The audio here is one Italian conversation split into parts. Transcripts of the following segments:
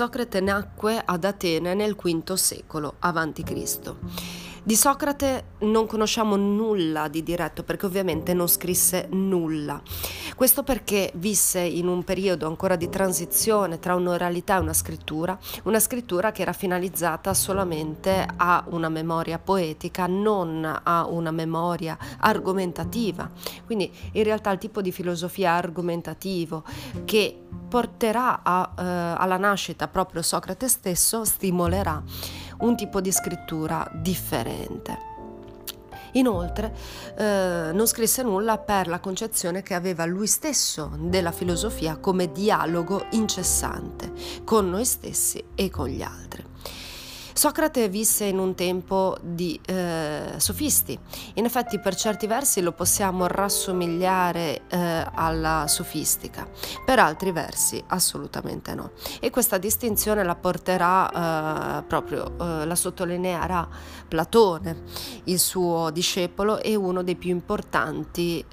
Socrate nacque ad Atene nel V secolo a.C. Di Socrate non conosciamo nulla di diretto perché ovviamente non scrisse nulla. Questo perché visse in un periodo ancora di transizione tra un'oralità e una scrittura che era finalizzata solamente a una memoria poetica, non a una memoria argomentativa. Quindi in realtà il tipo di filosofia argomentativo che porterà alla nascita proprio Socrate stesso stimolerà un tipo di scrittura differente. Inoltre non scrisse nulla per la concezione che aveva lui stesso della filosofia come dialogo incessante con noi stessi e con gli altri. Socrate visse in un tempo di sofisti. In effetti per certi versi lo possiamo rassomigliare alla sofistica, per altri versi assolutamente no. E questa distinzione la porterà la sottolineerà Platone, il suo discepolo e uno dei più importanti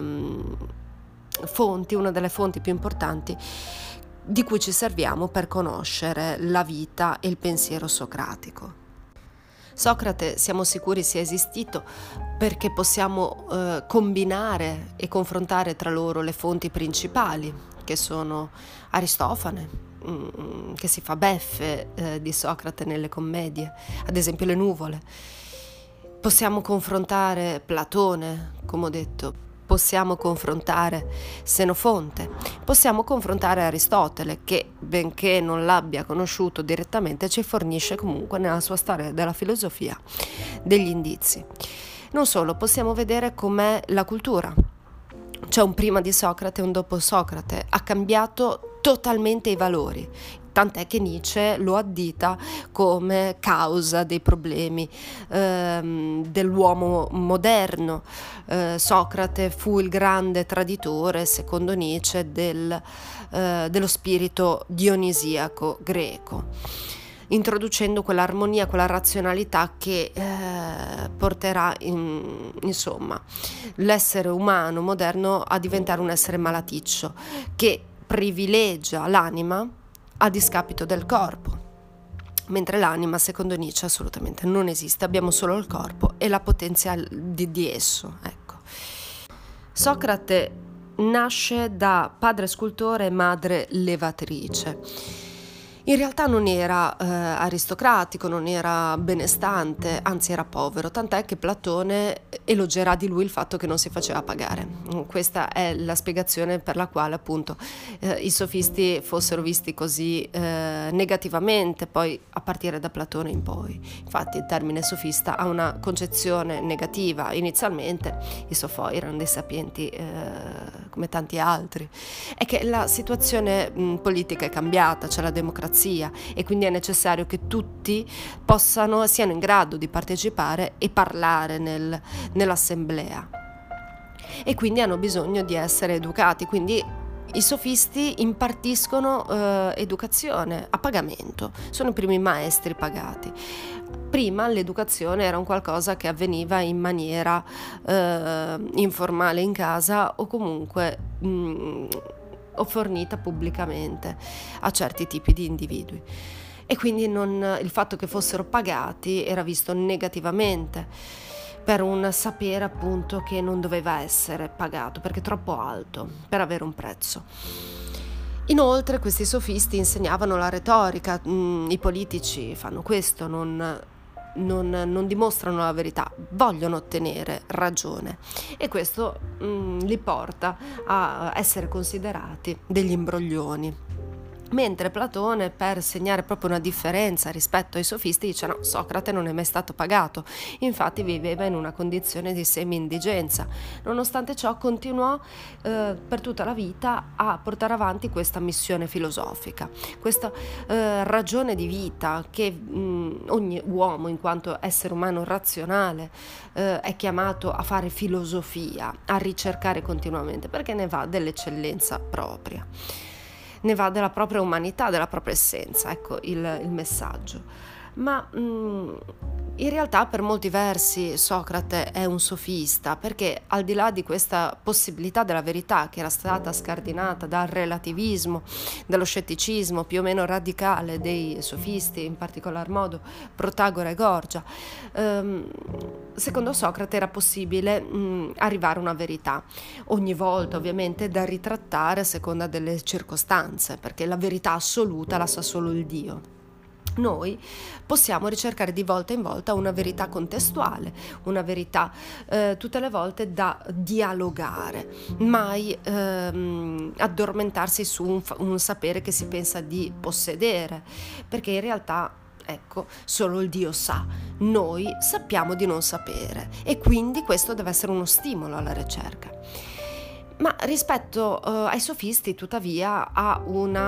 una delle fonti più importanti di cui ci serviamo per conoscere la vita e il pensiero socratico. Socrate siamo sicuri sia esistito perché possiamo combinare e confrontare tra loro le fonti principali, che sono Aristofane, che si fa beffe di Socrate nelle commedie, ad esempio Le nuvole. Possiamo confrontare Platone, come ho detto. Possiamo confrontare Senofonte, possiamo confrontare Aristotele che, benché non l'abbia conosciuto direttamente, ci fornisce comunque nella sua storia della filosofia degli indizi. Non solo, possiamo vedere com'è la cultura. C'è un prima di Socrate e un dopo Socrate, ha cambiato totalmente i valori. Tant'è che Nietzsche lo addita come causa dei problemi dell'uomo moderno. Socrate fu il grande traditore, secondo Nietzsche, dello spirito dionisiaco greco, introducendo quell'armonia, quella razionalità che porterà insomma l'essere umano moderno a diventare un essere malaticcio, che privilegia l'anima a discapito del corpo, mentre l'anima, secondo Nietzsche, assolutamente non esiste, abbiamo solo il corpo e la potenza di esso. Ecco. Socrate nasce da padre scultore e madre levatrice. In realtà non era aristocratico, non era benestante, anzi era povero, tant'è che Platone elogerà di lui il fatto che non si faceva pagare. Questa è la spiegazione per la quale appunto i sofisti fossero visti così negativamente, poi a partire da Platone in poi. Infatti il termine sofista ha una concezione negativa. Inizialmente i sofoi erano dei sapienti come tanti altri. È che la situazione politica è cambiata, c'è la democrazia, e quindi è necessario che tutti siano in grado di partecipare e parlare nell'assemblea, e quindi hanno bisogno di essere educati. Quindi i sofisti impartiscono educazione a pagamento, sono i primi maestri pagati. Prima l'educazione era un qualcosa che avveniva in maniera informale in casa o comunque o fornita pubblicamente a certi tipi di individui, e quindi il fatto che fossero pagati era visto negativamente per un sapere appunto che non doveva essere pagato perché è troppo alto per avere un prezzo. Inoltre questi sofisti insegnavano la retorica. I politici fanno questo, non dimostrano la verità, vogliono ottenere ragione, e questo li porta a essere considerati degli imbroglioni. Mentre Platone, per segnare proprio una differenza rispetto ai sofisti, dice no, Socrate non è mai stato pagato, infatti viveva in una condizione di semi-indigenza. Nonostante ciò continuò per tutta la vita a portare avanti questa missione filosofica, questa ragione di vita che ogni uomo, in quanto essere umano razionale, è chiamato a fare filosofia, a ricercare continuamente, perché ne va dell'eccellenza propria. Ne va della propria umanità, della propria essenza, ecco il messaggio. ma in realtà per molti versi Socrate è un sofista, perché al di là di questa possibilità della verità che era stata scardinata dal relativismo, dallo scetticismo più o meno radicale dei sofisti, in particolar modo Protagora e Gorgia, secondo Socrate era possibile arrivare a una verità, ogni volta ovviamente da ritrattare a seconda delle circostanze, perché la verità assoluta la sa solo il Dio. Noi possiamo ricercare di volta in volta una verità contestuale, una verità tutte le volte da dialogare, mai addormentarsi su un sapere che si pensa di possedere, perché in realtà, ecco, solo il Dio sa, noi sappiamo di non sapere e quindi questo deve essere uno stimolo alla ricerca. Ma rispetto ai sofisti, tuttavia, ha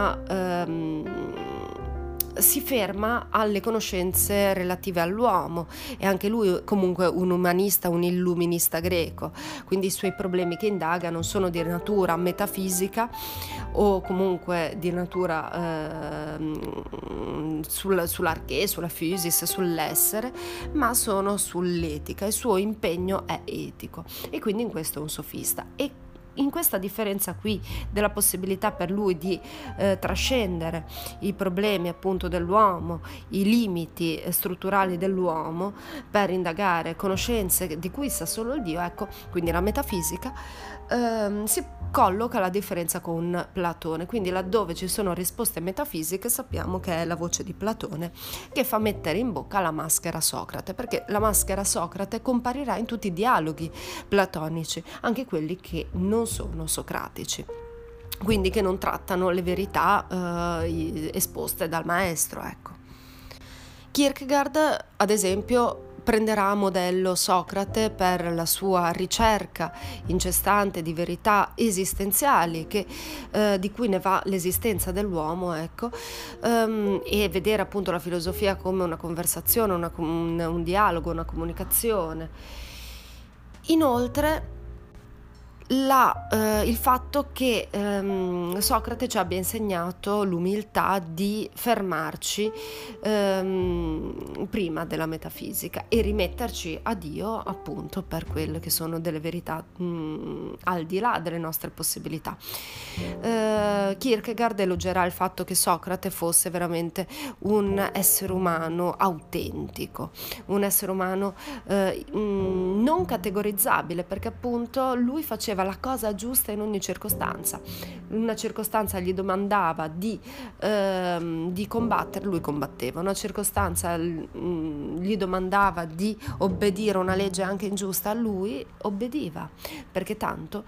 si ferma alle conoscenze relative all'uomo, e anche lui comunque un umanista, un illuminista greco, quindi i suoi problemi che indaga non sono di natura metafisica o comunque di natura sull'arché, sulla physis, sull'essere, ma sono sull'etica. Il suo impegno è etico e quindi in questo è un sofista. E in questa differenza qui della possibilità per lui di trascendere i problemi appunto dell'uomo, i limiti strutturali dell'uomo per indagare conoscenze di cui sa solo il Dio, ecco, quindi la metafisica, si colloca la differenza con Platone. Quindi laddove ci sono risposte metafisiche sappiamo che è la voce di Platone che fa mettere in bocca la maschera Socrate, perché la maschera Socrate comparirà in tutti i dialoghi platonici, anche quelli che non sono socratici, quindi che non trattano le verità esposte dal maestro, ecco. Kierkegaard, ad esempio, prenderà a modello Socrate per la sua ricerca incessante di verità esistenziali di cui ne va l'esistenza dell'uomo, ecco, e vedere appunto la filosofia come una conversazione, un dialogo, una comunicazione. Inoltre il fatto che Socrate ci abbia insegnato l'umiltà di fermarci prima della metafisica e rimetterci a Dio appunto per quelle che sono delle verità al di là delle nostre possibilità. Kierkegaard elogierà il fatto che Socrate fosse veramente un essere umano autentico, un essere umano non categorizzabile, perché appunto lui faceva la cosa giusta in ogni circostanza. Una circostanza gli domandava di combattere, lui combatteva. Una circostanza gli domandava di obbedire a una legge anche ingiusta, lui obbediva, perché tanto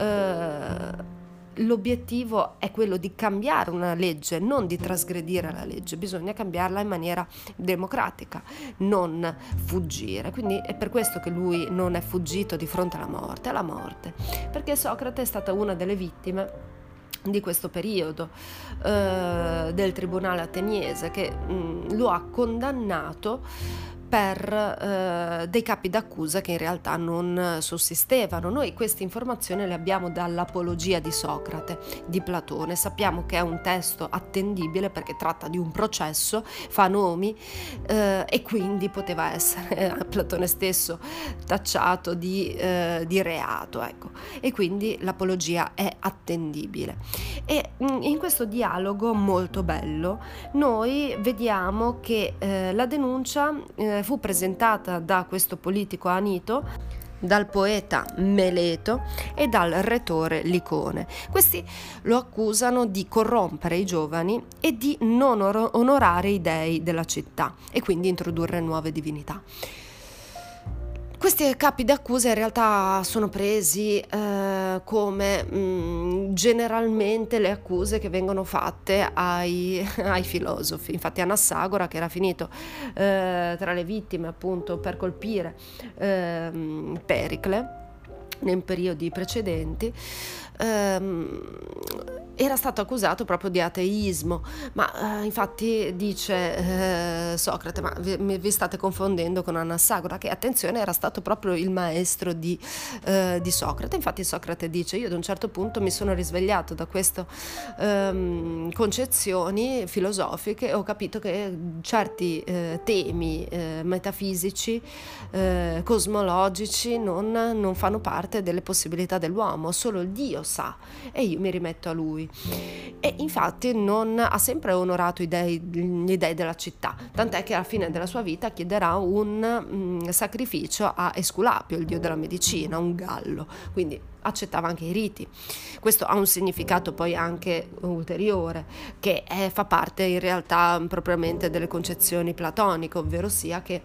l'obiettivo è quello di cambiare una legge, non di trasgredire la legge. Bisogna cambiarla in maniera democratica, non fuggire. Quindi è per questo che lui non è fuggito di fronte alla morte, perché Socrate è stata una delle vittime di questo periodo del tribunale ateniese, che lo ha condannato per dei capi d'accusa che in realtà non sussistevano. Noi queste informazioni le abbiamo dall'Apologia di Socrate di Platone. Sappiamo che è un testo attendibile perché tratta di un processo, fa nomi e quindi poteva essere Platone stesso tacciato di reato, ecco. E quindi l'Apologia è attendibile. E in questo dialogo molto bello noi vediamo che la denuncia fu presentata da questo politico Anito, dal poeta Meleto e dal retore Licone. Questi lo accusano di corrompere i giovani e di non onorare i dei della città e quindi introdurre nuove divinità. Questi capi d'accusa in realtà sono presi come generalmente le accuse che vengono fatte ai filosofi. Infatti Anassagora, che era finito tra le vittime appunto per colpire Pericle, nei periodi precedenti, era stato accusato proprio di ateismo, ma infatti dice Socrate, ma vi state confondendo con Anassagora, che attenzione era stato proprio il maestro di Socrate. Infatti Socrate dice: io ad un certo punto mi sono risvegliato da queste concezioni filosofiche e ho capito che certi temi metafisici, cosmologici non fanno parte delle possibilità dell'uomo, solo il Dio sa e io mi rimetto a lui. E infatti non ha sempre onorato gli dei della città, tant'è che alla fine della sua vita chiederà un sacrificio a Esculapio, il dio della medicina, un gallo, quindi accettava anche i riti. Questo ha un significato poi anche ulteriore, che fa parte in realtà propriamente delle concezioni platoniche, ovvero sia che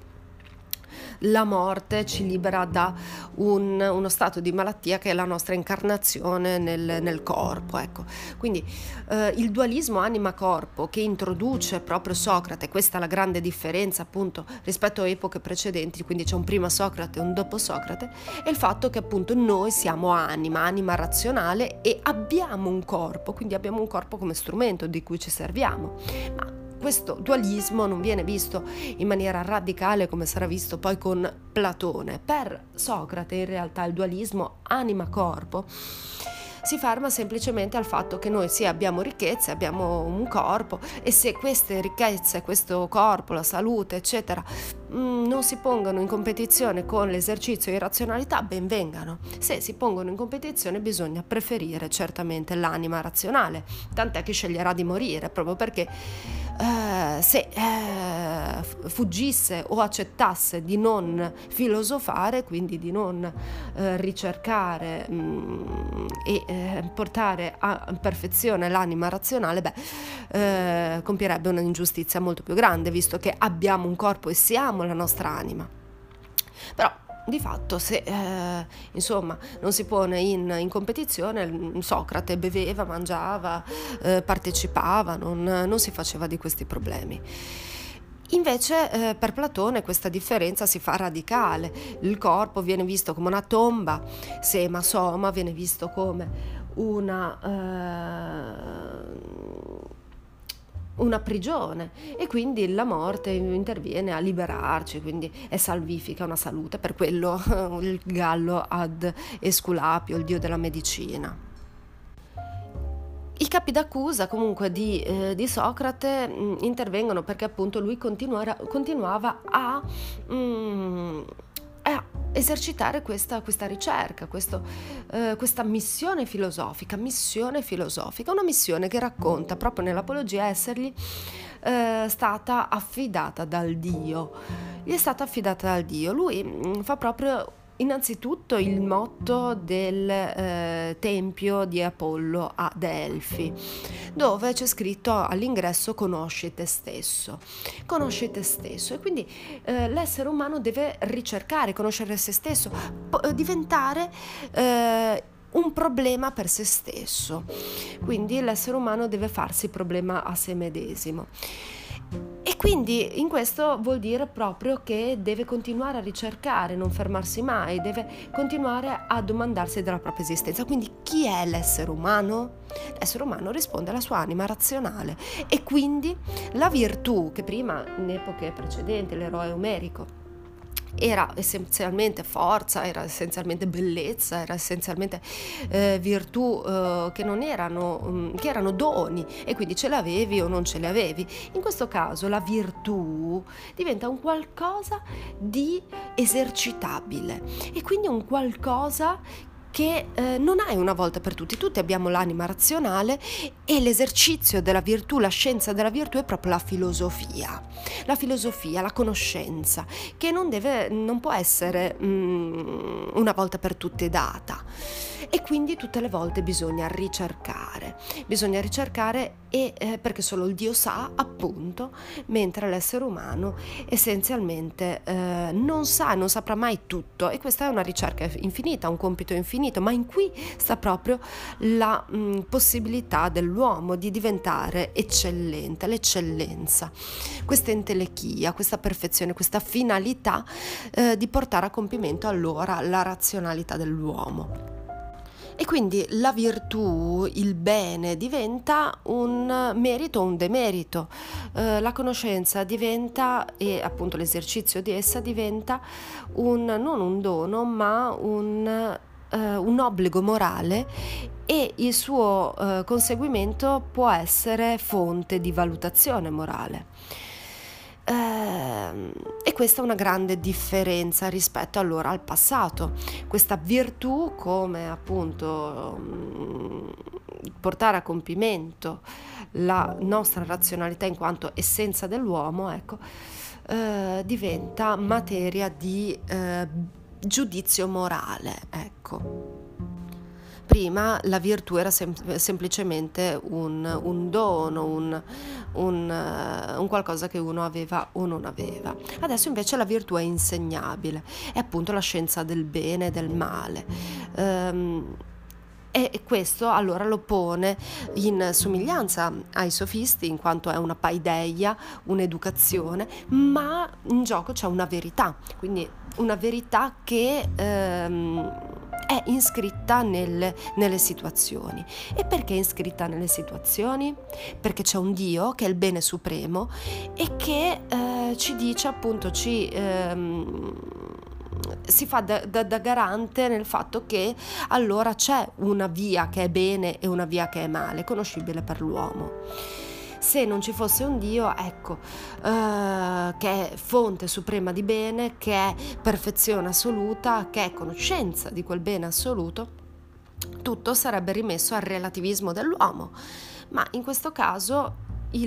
la morte ci libera da uno stato di malattia che è la nostra incarnazione nel corpo, ecco. Quindi il dualismo anima-corpo che introduce proprio Socrate, questa è la grande differenza appunto rispetto a epoche precedenti, quindi c'è un prima Socrate e un dopo Socrate, è il fatto che appunto noi siamo anima razionale e abbiamo un corpo, quindi abbiamo un corpo come strumento di cui ci serviamo, ma questo dualismo non viene visto in maniera radicale come sarà visto poi con Platone. Per Socrate in realtà il dualismo anima-corpo si ferma semplicemente al fatto che noi sì abbiamo ricchezze, abbiamo un corpo e se queste ricchezze, questo corpo, la salute eccetera non si pongono in competizione con l'esercizio di razionalità, ben vengano. Se si pongono in competizione bisogna preferire certamente l'anima razionale, tant'è che sceglierà di morire proprio perché se fuggisse o accettasse di non filosofare, quindi di non ricercare e portare a perfezione l'anima razionale, compierebbe un'ingiustizia molto più grande, visto che abbiamo un corpo e siamo la nostra anima. Però di fatto se insomma non si pone in competizione, Socrate beveva, mangiava, partecipava, non si faceva di questi problemi. Invece per Platone questa differenza si fa radicale, il corpo viene visto come una tomba, sema soma viene visto come una prigione e quindi la morte interviene a liberarci, quindi è salvifica, una salute, per quello il gallo ad Esculapio, il dio della medicina. I capi d'accusa comunque di Socrate intervengono perché appunto lui continuava a esercitare questa ricerca, questa missione filosofica, una missione che racconta proprio nell'Apologia essergli stata affidata dal Dio. Gli è stata affidata dal Dio. Lui fa proprio innanzitutto il motto del tempio di Apollo a Delfi, dove c'è scritto all'ingresso conosci te stesso e quindi l'essere umano deve ricercare, conoscere se stesso, diventare un problema per se stesso, quindi l'essere umano deve farsi problema a se medesimo. E quindi in questo vuol dire proprio che deve continuare a ricercare, non fermarsi mai, deve continuare a domandarsi della propria esistenza. Quindi chi è l'essere umano? L'essere umano risponde alla sua anima razionale e quindi la virtù che prima in epoche precedenti l'eroe omerico era essenzialmente forza, era essenzialmente bellezza, era essenzialmente virtù che non erano, che erano doni e quindi ce l'avevi o non ce le avevi. In questo caso la virtù diventa un qualcosa di esercitabile e quindi un qualcosa che non hai una volta per tutti abbiamo l'anima razionale e l'esercizio della virtù, la scienza della virtù è proprio la filosofia, la conoscenza, che non può essere una volta per tutte data. E quindi tutte le volte bisogna ricercare perché solo il Dio sa, appunto, mentre l'essere umano essenzialmente non saprà mai tutto, e questa è una ricerca infinita, un compito infinito, ma in cui sta proprio la possibilità dell'uomo di diventare eccellente, l'eccellenza, questa entelechia, questa perfezione, questa finalità di portare a compimento allora la razionalità dell'uomo. E quindi la virtù, il bene, diventa un merito o un demerito, la conoscenza diventa, e appunto l'esercizio di essa diventa non un dono, ma un obbligo morale, e il suo conseguimento può essere fonte di valutazione morale. E questa è una grande differenza rispetto allora al passato. Questa virtù, come appunto portare a compimento la nostra razionalità in quanto essenza dell'uomo, ecco, diventa materia di giudizio morale, ecco. Prima la virtù era semplicemente un dono, un qualcosa che uno aveva o non aveva. Adesso invece la virtù è insegnabile, è appunto la scienza del bene e del male. E questo allora lo pone in somiglianza ai sofisti, in quanto è una paideia, un'educazione, ma in gioco c'è una verità, quindi una verità che è iscritta nelle situazioni. E perché è iscritta nelle situazioni? Perché c'è un Dio che è il bene supremo e che ci dice, appunto, si fa da garante nel fatto che allora c'è una via che è bene e una via che è male, conoscibile per l'uomo. Se non ci fosse un Dio, ecco, che è fonte suprema di bene, che è perfezione assoluta, che è conoscenza di quel bene assoluto, tutto sarebbe rimesso al relativismo dell'uomo. Ma in questo caso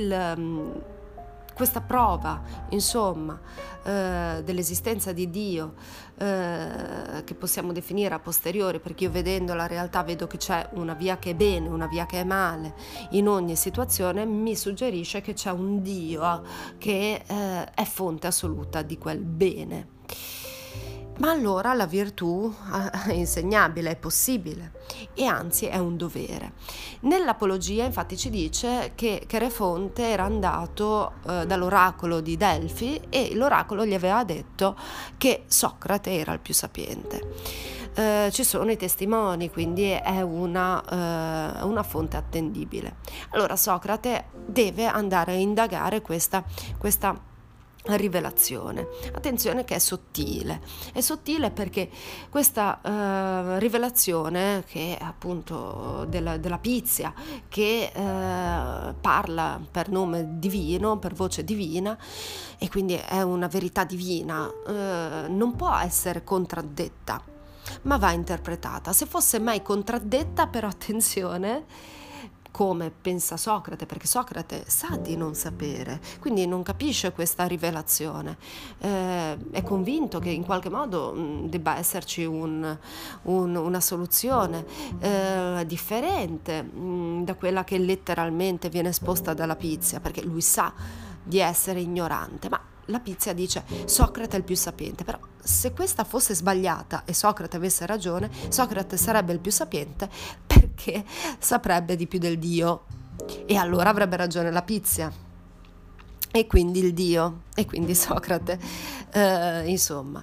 questa prova, insomma, dell'esistenza di Dio, che possiamo definire a posteriori, perché io vedendo la realtà vedo che c'è una via che è bene, una via che è male in ogni situazione, mi suggerisce che c'è un Dio che è fonte assoluta di quel bene. Ma allora la virtù è insegnabile, è possibile, e anzi è un dovere. Nell'Apologia infatti ci dice che Cherefonte era andato dall'oracolo di Delfi e l'oracolo gli aveva detto che Socrate era il più sapiente. Ci sono i testimoni, quindi è una fonte attendibile. Allora Socrate deve andare a indagare questa rivelazione. Attenzione che è sottile perché questa rivelazione, che è appunto della Pizia, che parla per nome divino, per voce divina, e quindi è una verità divina, non può essere contraddetta, ma va interpretata. Se fosse mai contraddetta, però attenzione, come pensa Socrate, perché Socrate sa di non sapere, quindi non capisce questa rivelazione, è convinto che in qualche modo debba esserci una soluzione differente da quella che letteralmente viene esposta dalla Pizia, perché lui sa di essere ignorante, ma la Pizia dice Socrate è il più sapiente. Però se questa fosse sbagliata e Socrate avesse ragione, Socrate sarebbe il più sapiente perché saprebbe di più del Dio, e allora avrebbe ragione la Pizia e quindi il Dio e quindi Socrate. Insomma,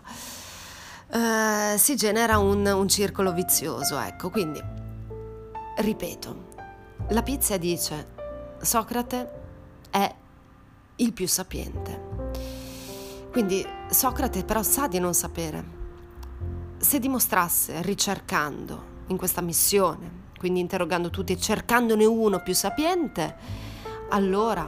si genera un circolo vizioso, ecco. Quindi ripeto, la Pizia dice Socrate è il più sapiente. Quindi Socrate però sa di non sapere. Se dimostrasse, ricercando in questa missione, quindi interrogando tutti e cercandone uno più sapiente, allora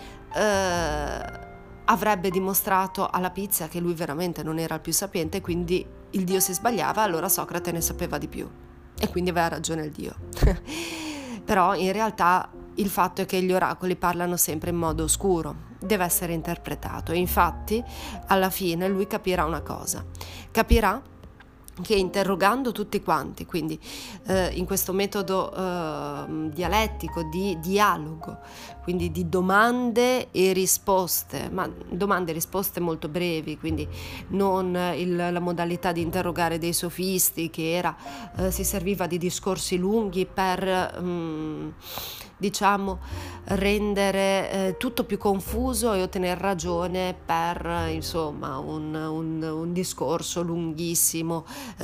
avrebbe dimostrato alla Pizia che lui veramente non era il più sapiente, quindi il Dio si sbagliava, allora Socrate ne sapeva di più e quindi aveva ragione il Dio. Però in realtà il fatto è che gli oracoli parlano sempre in modo oscuro, deve essere interpretato, e infatti alla fine lui capirà una cosa, capirà che interrogando tutti quanti, quindi in questo metodo dialettico di dialogo, quindi di domande e risposte, ma domande e risposte molto brevi, quindi non la modalità di interrogare dei sofisti che era si serviva di discorsi lunghi per diciamo rendere tutto più confuso e ottenere ragione per insomma un discorso lunghissimo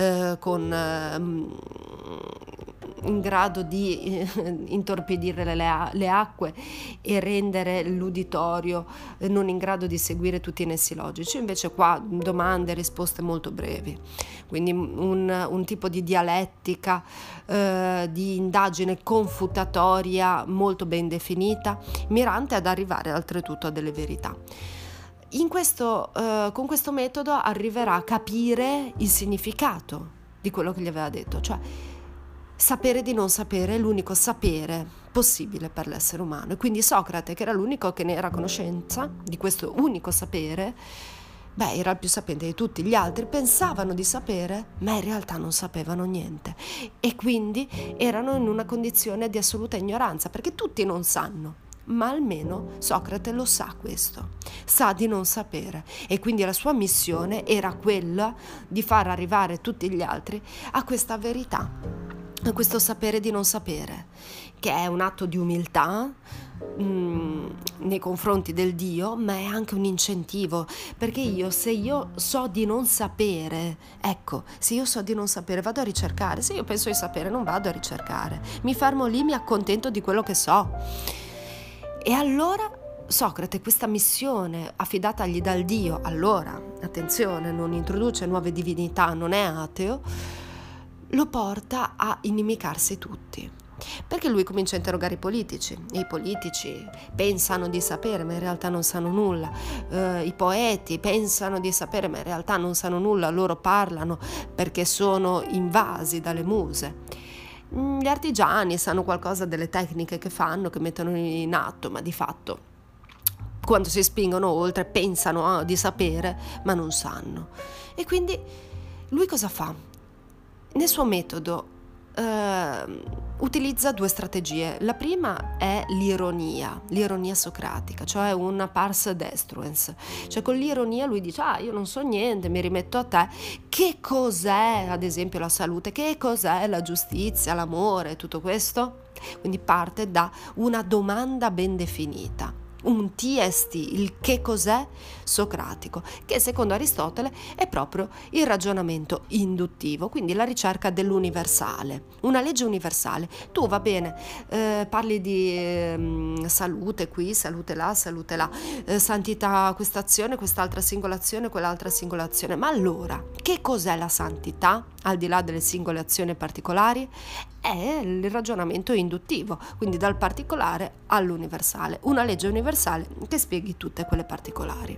in grado di intorpidire le acque e rendere l'uditorio non in grado di seguire tutti i nessi logici. Invece qua domande e risposte molto brevi, quindi un tipo di dialettica di indagine confutatoria molto ben definita, mirante ad arrivare oltretutto a delle verità. Con questo metodo arriverà a capire il significato di quello che gli aveva detto, cioè sapere di non sapere è l'unico sapere possibile per l'essere umano. E quindi Socrate, che era l'unico che ne era a conoscenza di questo unico sapere, era il più sapiente di tutti. Gli altri pensavano di sapere, ma in realtà non sapevano niente e quindi erano in una condizione di assoluta ignoranza, perché tutti non sanno. Ma almeno Socrate lo sa questo, sa di non sapere, e quindi la sua missione era quella di far arrivare tutti gli altri a questa verità, a questo sapere di non sapere, che è un atto di umiltà nei confronti del Dio, ma è anche un incentivo, perché se io so di non sapere, se io so di non sapere vado a ricercare, se io penso di sapere non vado a ricercare, mi fermo lì, mi accontento di quello che so. E allora Socrate, questa missione affidatagli dal Dio, allora, attenzione, non introduce nuove divinità, non è ateo, lo porta a inimicarsi tutti. Perché lui comincia a interrogare i politici, e i politici pensano di sapere ma in realtà non sanno nulla, i poeti pensano di sapere ma in realtà non sanno nulla, loro parlano perché sono invasi dalle muse. Gli artigiani sanno qualcosa delle tecniche che fanno, che mettono in atto, ma di fatto quando si spingono oltre pensano di sapere ma non sanno. E quindi lui cosa fa? Nel suo metodo utilizza due strategie. La prima è l'ironia socratica, cioè una pars destruens, cioè con l'ironia lui dice io non so niente, mi rimetto a te, che cos'è ad esempio la salute, che cos'è la giustizia, l'amore, tutto questo? Quindi parte da una domanda ben definita, un TST, il che cos'è socratico, che secondo Aristotele è proprio il ragionamento induttivo, quindi la ricerca dell'universale, una legge universale. Tu va bene, parli di salute qui, salute là, santità questa azione, quest'altra singolazione, quell'altra singolazione, ma allora che cos'è la santità al di là delle singole azioni particolari? È il ragionamento induttivo, quindi dal particolare all'universale, una legge universale che spieghi tutte quelle particolari.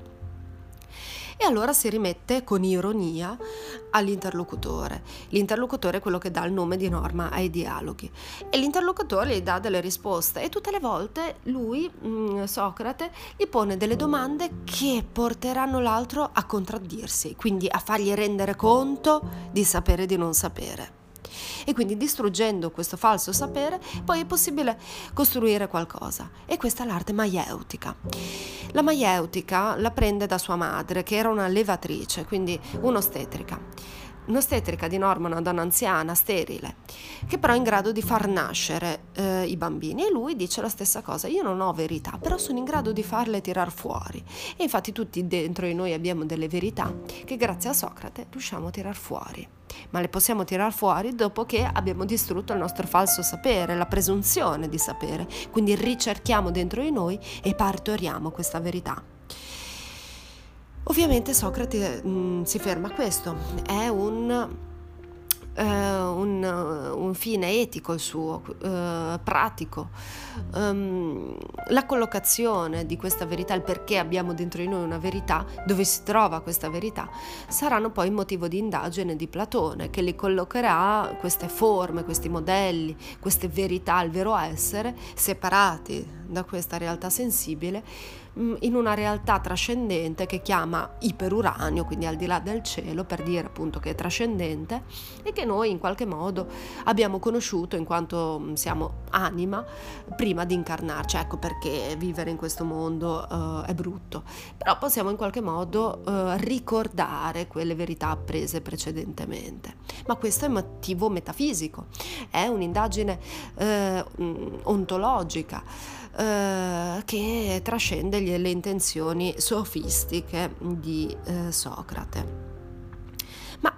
E allora si rimette con ironia all'interlocutore. L'interlocutore è quello che dà il nome di norma ai dialoghi e l'interlocutore gli dà delle risposte e tutte le volte lui, Socrate, gli pone delle domande che porteranno l'altro a contraddirsi, quindi a fargli rendere conto di sapere di non sapere. E quindi distruggendo questo falso sapere poi è possibile costruire qualcosa, e questa è l'arte maieutica. La maieutica la prende da sua madre, che era una levatrice, quindi un'ostetrica di norma una donna anziana, sterile, che però è in grado di far nascere i bambini, e lui dice la stessa cosa: io non ho verità, però sono in grado di farle tirar fuori. E infatti tutti dentro di noi abbiamo delle verità che grazie a Socrate riusciamo a tirar fuori, ma le possiamo tirar fuori dopo che abbiamo distrutto il nostro falso sapere, la presunzione di sapere, quindi ricerchiamo dentro di noi e partoriamo questa verità. Ovviamente Socrate si ferma a questo, è un fine etico il suo, pratico. La collocazione di questa verità, il perché abbiamo dentro di noi una verità, dove si trova questa verità, saranno poi motivo di indagine di Platone, che li collocherà queste forme, questi modelli, queste verità, il vero essere, separati da questa realtà sensibile, in una realtà trascendente che chiama iperuranio, quindi al di là del cielo, per dire appunto che è trascendente e che noi in qualche modo abbiamo conosciuto in quanto siamo anima prima di incarnarci. Ecco perché vivere in questo mondo è brutto, però possiamo in qualche modo ricordare quelle verità apprese precedentemente. Ma questo è motivo metafisico, è un'indagine ontologica che trascende le intenzioni sofistiche di Socrate. Ma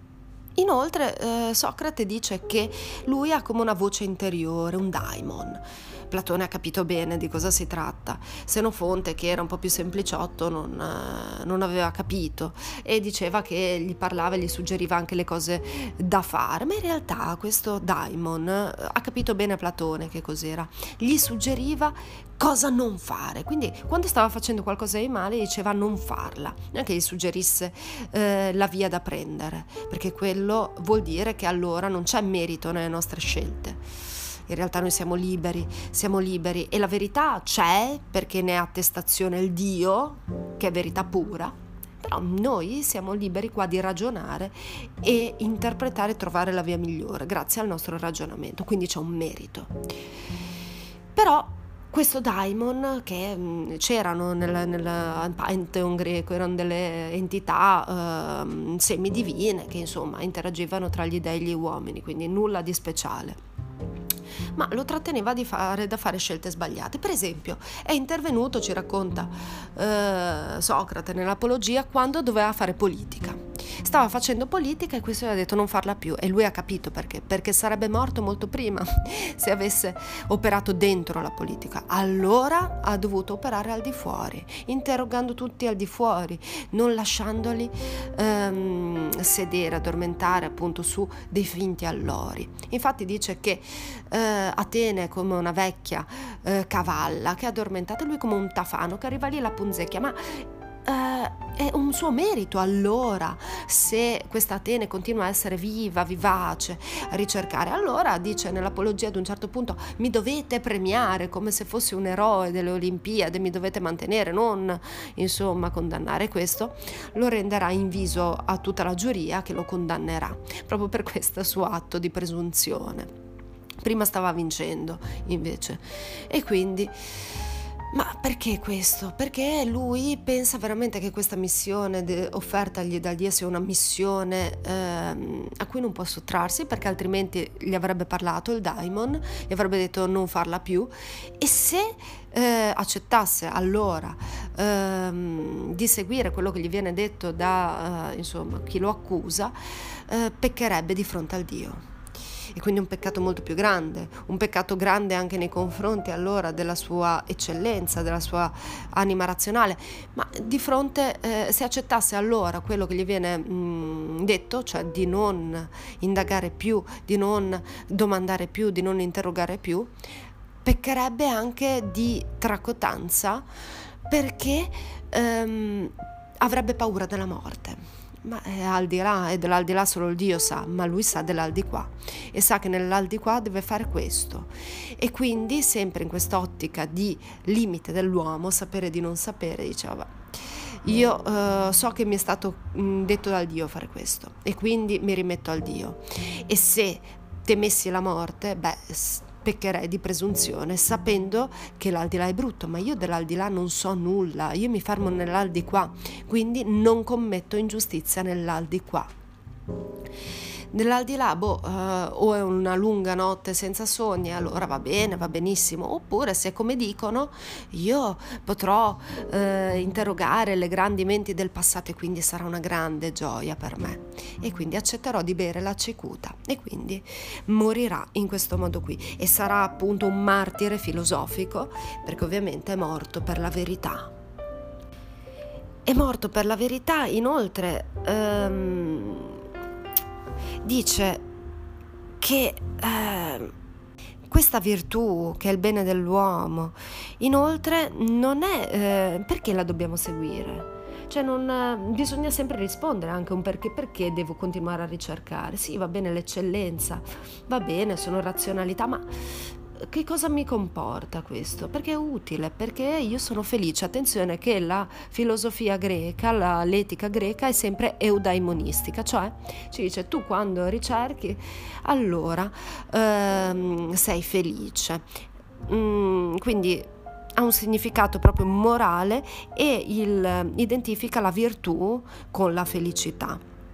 inoltre Socrate dice che lui ha come una voce interiore, un daimon. Platone ha capito bene di cosa si tratta. Xenofonte, che era un po' più sempliciotto, non aveva capito e diceva che gli parlava e gli suggeriva anche le cose da fare, ma in realtà questo daimon ha capito bene Platone che cos'era. Gli suggeriva cosa non fare, quindi quando stava facendo qualcosa di male diceva non farla, non è che gli suggerisse la via da prendere, perché quello vuol dire che allora non c'è merito nelle nostre scelte. In realtà noi siamo liberi e la verità c'è perché ne è attestazione il Dio, che è verità pura, però noi siamo liberi qua di ragionare e interpretare e trovare la via migliore grazie al nostro ragionamento, quindi c'è un merito. Però questo daimon, che c'erano nel pantheon greco, erano delle entità semidivine che insomma interagivano tra gli dei e gli uomini, quindi nulla di speciale, ma lo tratteneva da fare scelte sbagliate. Per esempio è intervenuto, ci racconta Socrate nell'Apologia, quando doveva fare politica. Stava facendo politica e questo gli ha detto non farla più, e lui ha capito perché sarebbe morto molto prima se avesse operato dentro la politica. Allora ha dovuto operare al di fuori, interrogando tutti al di fuori, non lasciandoli sedere, addormentare appunto su dei finti allori. Infatti dice che Atene è come una vecchia cavalla che è addormentata, e lui come un tafano che arriva lì e la punzecchia, ma è un suo merito allora se questa Atene continua a essere viva, vivace, a ricercare. Allora dice nell'Apologia ad un certo punto: mi dovete premiare come se fossi un eroe delle Olimpiadi, mi dovete mantenere, non insomma condannare. Questo lo renderà inviso a tutta la giuria che lo condannerà proprio per questo suo atto di presunzione. Prima stava vincendo invece, e quindi ma perché questo? Perché lui pensa veramente che questa missione offertagli dal Dio sia una missione a cui non può sottrarsi, perché altrimenti gli avrebbe parlato il daimon, gli avrebbe detto non farla più, e se accettasse allora di seguire quello che gli viene detto da insomma chi lo accusa, peccherebbe di fronte al Dio. E quindi un peccato molto più grande, un peccato grande anche nei confronti allora della sua eccellenza, della sua anima razionale, ma di fronte, se accettasse allora quello che gli viene detto, cioè di non indagare più, di non domandare più, di non interrogare più, peccherebbe anche di tracotanza, perché avrebbe paura della morte. Ma è al di là, e dell'aldilà solo il Dio sa, ma lui sa dell'aldilà e sa che nell'aldilà deve fare questo, e quindi sempre in quest'ottica di limite dell'uomo, sapere di non sapere, diceva io so che mi è stato detto dal Dio fare questo e quindi mi rimetto al Dio, e se temessi la morte, peccherei di presunzione sapendo che l'aldilà è brutto, ma io dell'aldilà non so nulla, io mi fermo nell'aldiquà, quindi non commetto ingiustizia nell'aldiquà. Nell'aldilà o è una lunga notte senza sogni, allora va bene, va benissimo, oppure se come dicono io potrò interrogare le grandi menti del passato e quindi sarà una grande gioia per me, e quindi accetterò di bere la cicuta, e quindi morirà in questo modo qui e sarà appunto un martire filosofico, perché ovviamente è morto per la verità. È morto per la verità. Inoltre dice che questa virtù, che è il bene dell'uomo, inoltre non è perché la dobbiamo seguire. Cioè bisogna sempre rispondere anche un perché devo continuare a ricercare. Sì, va bene l'eccellenza, va bene, sono razionalità, ma che cosa mi comporta questo? Perché è utile, perché io sono felice. Attenzione che la filosofia greca, l'etica greca è sempre eudaimonistica, cioè ci dice tu quando ricerchi allora sei felice. Quindi ha un significato proprio morale e identifica la virtù con la felicità.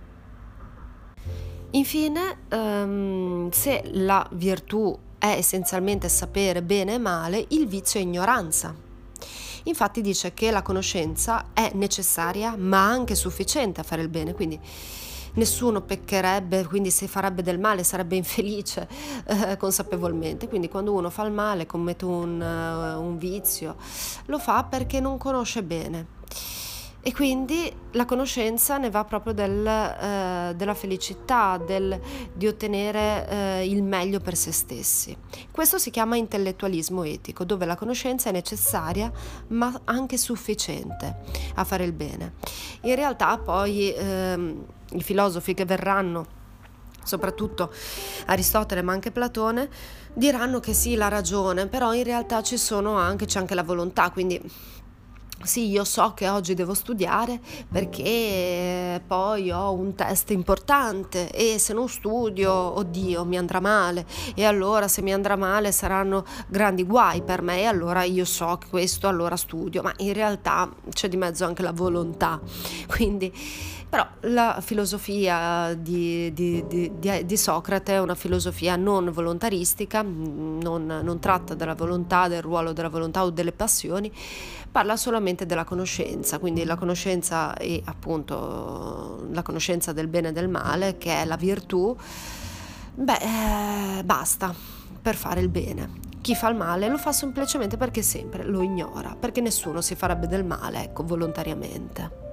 Infine, se la virtù è essenzialmente sapere bene e male, il vizio è ignoranza. Infatti dice che la conoscenza è necessaria ma anche sufficiente a fare il bene, quindi nessuno peccherebbe, quindi se farebbe del male sarebbe infelice consapevolmente. Quindi quando uno fa il male, commette un vizio, lo fa perché non conosce bene. E quindi la conoscenza ne va proprio della felicità, di ottenere il meglio per se stessi. Questo si chiama intellettualismo etico, dove la conoscenza è necessaria ma anche sufficiente a fare il bene. In realtà poi i filosofi che verranno, soprattutto Aristotele ma anche Platone, diranno che sì, la ragione, però in realtà c'è anche la volontà, quindi sì, io so che oggi devo studiare perché poi ho un test importante e se non studio, oddio, mi andrà male, e allora se mi andrà male saranno grandi guai per me, e allora io so questo, allora studio, ma in realtà c'è di mezzo anche la volontà. Quindi però la filosofia di Socrate è una filosofia non volontaristica, non tratta della volontà, del ruolo della volontà o delle passioni, parla solamente della conoscenza, quindi la conoscenza e appunto la conoscenza del bene e del male, che è la virtù. Basta per fare il bene. Chi fa il male lo fa semplicemente perché sempre lo ignora, perché nessuno si farebbe del male, ecco, volontariamente.